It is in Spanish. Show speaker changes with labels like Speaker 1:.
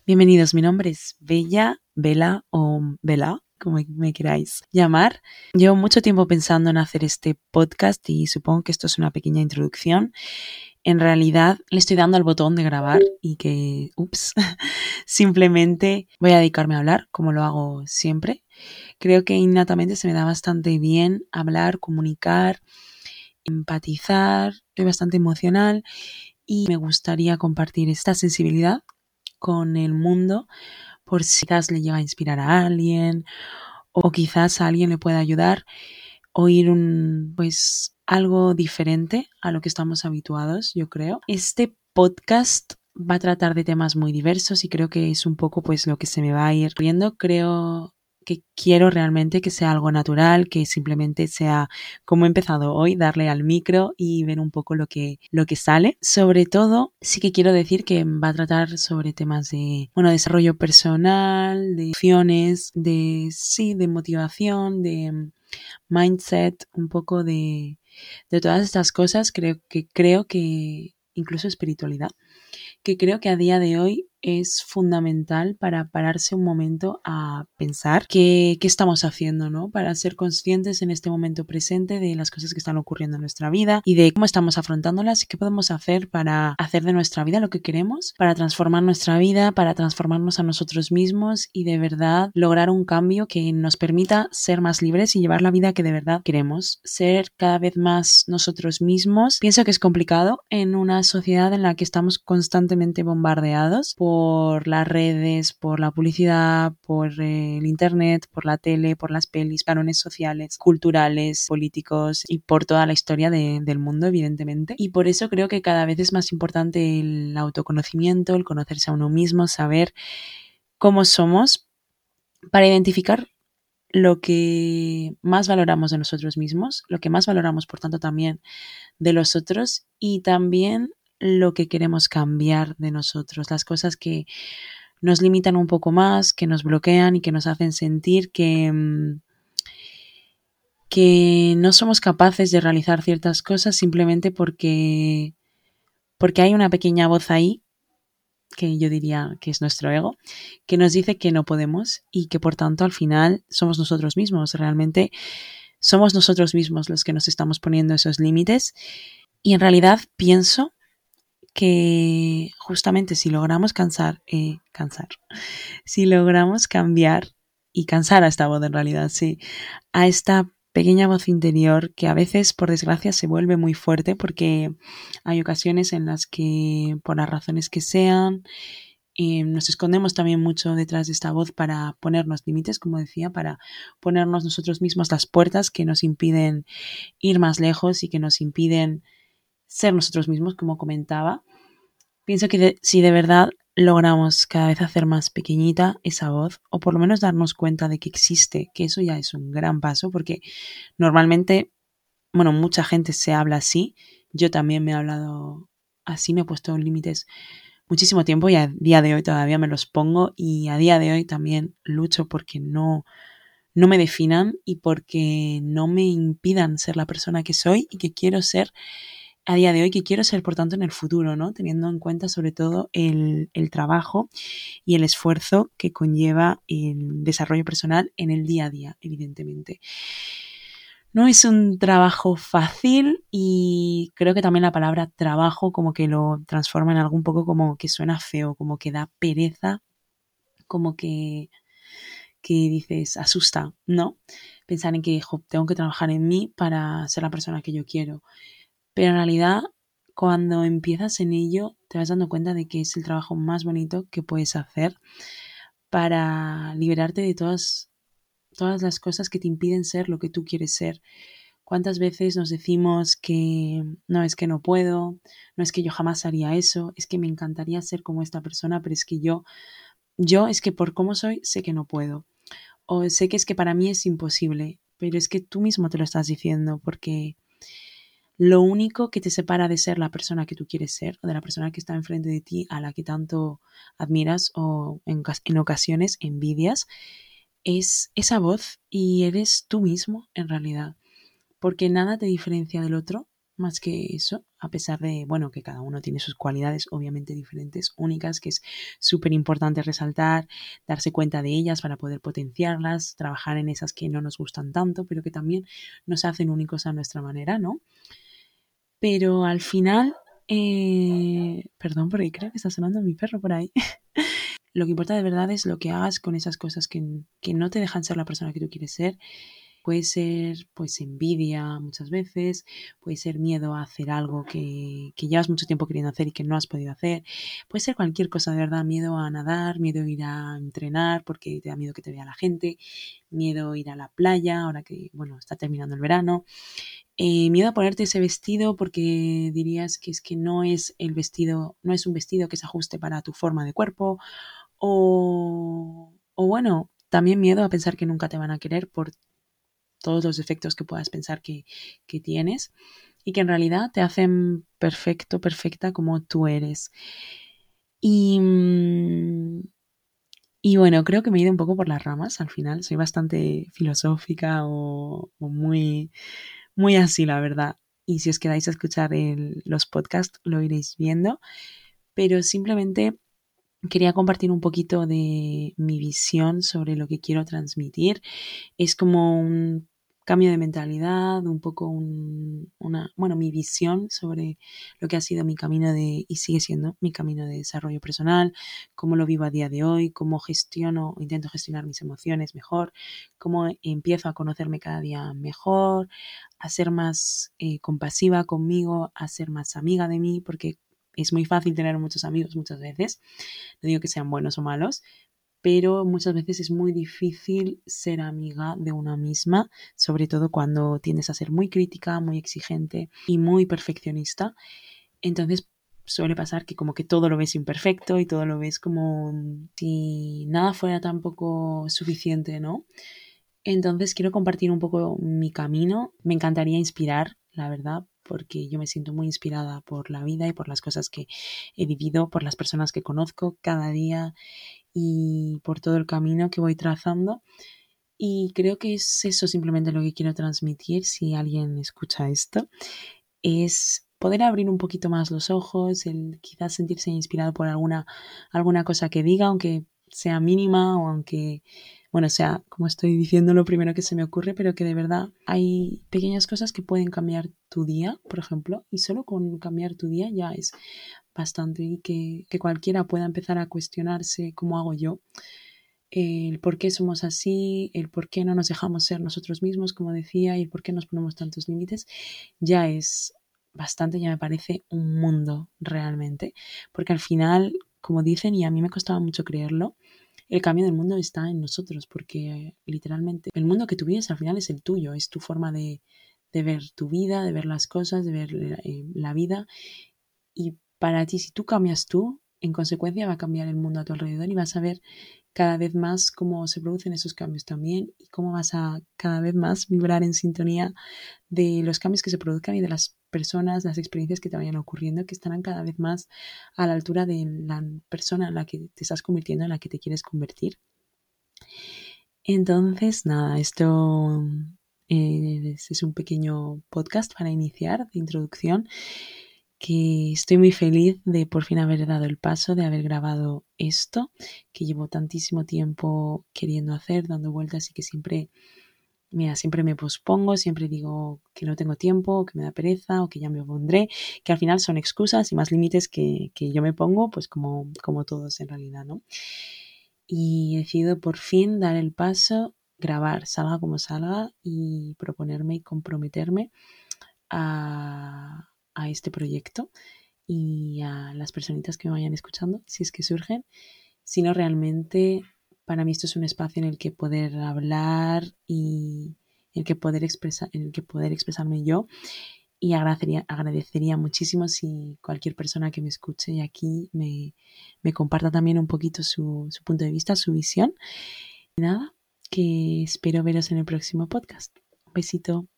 Speaker 1: Bienvenidos, mi nombre es Bella, Bela o Bela, como me queráis llamar. Llevo mucho tiempo pensando en hacer este podcast y supongo que esto es una pequeña introducción. En realidad le estoy dando al botón de grabar y que, simplemente voy a dedicarme a hablar como lo hago siempre. Creo que innatamente se me da bastante bien hablar, comunicar, empatizar, soy bastante emocional y me gustaría compartir esta sensibilidad con el mundo por si quizás le llega a inspirar a alguien o quizás a alguien le pueda ayudar a oír algo diferente a lo que estamos habituados, yo creo. Este podcast va a tratar de temas muy diversos y creo que es un poco pues lo que se me va a ir viendo. Creo que quiero realmente que sea algo natural, que simplemente sea como he empezado hoy, darle al micro y ver un poco lo que sale. Sobre todo, sí que quiero decir que va a tratar sobre temas de, desarrollo personal, de emociones, de motivación, de mindset, un poco de todas estas cosas. Creo que incluso espiritualidad, que creo que a día de hoy es fundamental para pararse un momento a pensar qué estamos haciendo, ¿no? Para ser conscientes en este momento presente de las cosas que están ocurriendo en nuestra vida y de cómo estamos afrontándolas y qué podemos hacer para hacer de nuestra vida lo que queremos, para transformar nuestra vida, para transformarnos a nosotros mismos y de verdad lograr un cambio que nos permita ser más libres y llevar la vida que de verdad queremos, ser cada vez más nosotros mismos. Pienso que es complicado en una sociedad en la que estamos constantemente bombardeados por las redes, por la publicidad, por el internet, por la tele, por las pelis, cánones sociales, culturales, políticos y por toda la historia del mundo, evidentemente. Y por eso creo que cada vez es más importante el autoconocimiento, el conocerse a uno mismo, saber cómo somos para identificar lo que más valoramos de nosotros mismos, lo que más valoramos, por tanto, también de los otros y también lo que queremos cambiar de nosotros, las cosas que nos limitan un poco más, que nos bloquean y que nos hacen sentir que no somos capaces de realizar ciertas cosas simplemente porque hay una pequeña voz ahí, que yo diría que es nuestro ego, que nos dice que no podemos y que por tanto al final somos nosotros mismos, realmente somos nosotros mismos los que nos estamos poniendo esos límites y en realidad pienso que justamente si logramos si logramos cambiar y cansar a esta voz en realidad, sí, a esta pequeña voz interior que a veces por desgracia se vuelve muy fuerte porque hay ocasiones en las que por las razones que sean nos escondemos también mucho detrás de esta voz para ponernos límites, como decía, para ponernos nosotros mismos las puertas que nos impiden ir más lejos y que nos impiden ser nosotros mismos, como comentaba. Pienso que si de verdad logramos cada vez hacer más pequeñita esa voz, o por lo menos darnos cuenta de que existe, que eso ya es un gran paso, porque normalmente, mucha gente se habla así, yo también me he hablado así, me he puesto límites muchísimo tiempo y a día de hoy todavía me los pongo y a día de hoy también lucho porque no me definan y porque no me impidan ser la persona que soy y que quiero ser a día de hoy, que quiero ser, por tanto, en el futuro, ¿no? Teniendo en cuenta sobre todo el trabajo y el esfuerzo que conlleva el desarrollo personal en el día a día, evidentemente. No es un trabajo fácil y creo que también la palabra trabajo como que lo transforma en algo un poco como que suena feo, como que da pereza, como que dices, asusta, ¿no? Pensar en que tengo que trabajar en mí para ser la persona que yo quiero. Pero en realidad, cuando empiezas en ello, te vas dando cuenta de que es el trabajo más bonito que puedes hacer para liberarte de todas las cosas que te impiden ser lo que tú quieres ser. ¿Cuántas veces nos decimos que no, es que no puedo, no es que yo jamás haría eso, es que me encantaría ser como esta persona, pero es que yo es que por cómo soy, sé que no puedo. O sé que es que para mí es imposible, pero es que tú mismo te lo estás diciendo porque lo único que te separa de ser la persona que tú quieres ser o de la persona que está enfrente de ti a la que tanto admiras o en ocasiones envidias es esa voz y eres tú mismo en realidad, porque nada te diferencia del otro más que eso, a pesar de, bueno, que cada uno tiene sus cualidades obviamente diferentes, únicas, que es súper importante resaltar, darse cuenta de ellas para poder potenciarlas, trabajar en esas que no nos gustan tanto, pero que también nos hacen únicos a nuestra manera, ¿no? Pero al final, perdón, porque creo que está sonando mi perro por ahí. Lo que importa de verdad es lo que hagas con esas cosas que no te dejan ser la persona que tú quieres ser. Puede ser pues envidia muchas veces, puede ser miedo a hacer algo que llevas mucho tiempo queriendo hacer y que no has podido hacer, puede ser cualquier cosa de verdad, miedo a nadar, miedo a ir a entrenar porque te da miedo que te vea la gente, miedo a ir a la playa ahora que, bueno, está terminando el verano, miedo a ponerte ese vestido porque dirías que es que no es el vestido, no es un vestido que se ajuste para tu forma de cuerpo o bueno, también miedo a pensar que nunca te van a querer por todos los defectos que puedas pensar que tienes y que en realidad te hacen perfecto, perfecta como tú eres. Y, y bueno, creo que me he ido un poco por las ramas al final. Soy bastante filosófica o muy, muy así, la verdad. Y si os quedáis a escuchar los podcasts, lo iréis viendo. Pero simplemente quería compartir un poquito de mi visión sobre lo que quiero transmitir. Es como un cambio de mentalidad, un poco bueno, mi visión sobre lo que ha sido mi camino y sigue siendo mi camino de desarrollo personal, cómo lo vivo a día de hoy, cómo intento gestionar mis emociones mejor, cómo empiezo a conocerme cada día mejor, a ser más compasiva conmigo, a ser más amiga de mí, porque es muy fácil tener muchos amigos muchas veces, no digo que sean buenos o malos, pero muchas veces es muy difícil ser amiga de una misma, sobre todo cuando tiendes a ser muy crítica, muy exigente y muy perfeccionista. Entonces suele pasar que como que todo lo ves imperfecto y todo lo ves como si nada fuera tampoco suficiente, ¿no? Entonces quiero compartir un poco mi camino. Me encantaría inspirar, la verdad, porque yo me siento muy inspirada por la vida y por las cosas que he vivido, por las personas que conozco cada día y por todo el camino que voy trazando. Y creo que es eso simplemente lo que quiero transmitir si alguien escucha esto. Es poder abrir un poquito más los ojos, el quizás sentirse inspirado por alguna cosa que diga, aunque sea mínima o aunque, bueno, sea, como estoy diciendo, lo primero que se me ocurre, pero que de verdad hay pequeñas cosas que pueden cambiar tu día, por ejemplo, y solo con cambiar tu día ya es bastante y que cualquiera pueda empezar a cuestionarse cómo hago yo, el por qué somos así, el por qué no nos dejamos ser nosotros mismos, como decía, y el por qué nos ponemos tantos límites, ya es bastante, ya me parece un mundo realmente, porque al final, como dicen, y a mí me costaba mucho creerlo, el cambio del mundo está en nosotros, porque literalmente el mundo que tú vives al final es el tuyo, es tu forma de ver tu vida, de ver las cosas, de ver la vida, y para ti, si tú cambias tú, en consecuencia va a cambiar el mundo a tu alrededor y vas a ver cada vez más cómo se producen esos cambios también y cómo vas a cada vez más vibrar en sintonía de los cambios que se produzcan y de las personas, las experiencias que te vayan ocurriendo, que estarán cada vez más a la altura de la persona en la que te estás convirtiendo, en la que te quieres convertir. Entonces, nada, esto es un pequeño podcast para iniciar, de introducción, que estoy muy feliz de por fin haber dado el paso, de haber grabado esto, que llevo tantísimo tiempo queriendo hacer, dando vueltas y que siempre, mira, siempre me pospongo, siempre digo que no tengo tiempo, que me da pereza o que ya me pondré, que al final son excusas y más límites que yo me pongo, pues como todos en realidad, ¿no? Y he decidido por fin dar el paso, grabar, salga como salga y proponerme y comprometerme a este proyecto y a las personitas que me vayan escuchando, si es que surgen, sino realmente para mí esto es un espacio en el que poder hablar y en el que poder expresarme yo y agradecería muchísimo si cualquier persona que me escuche aquí me comparta también un poquito su punto de vista, su visión. Y nada, que espero veros en el próximo podcast. Un besito.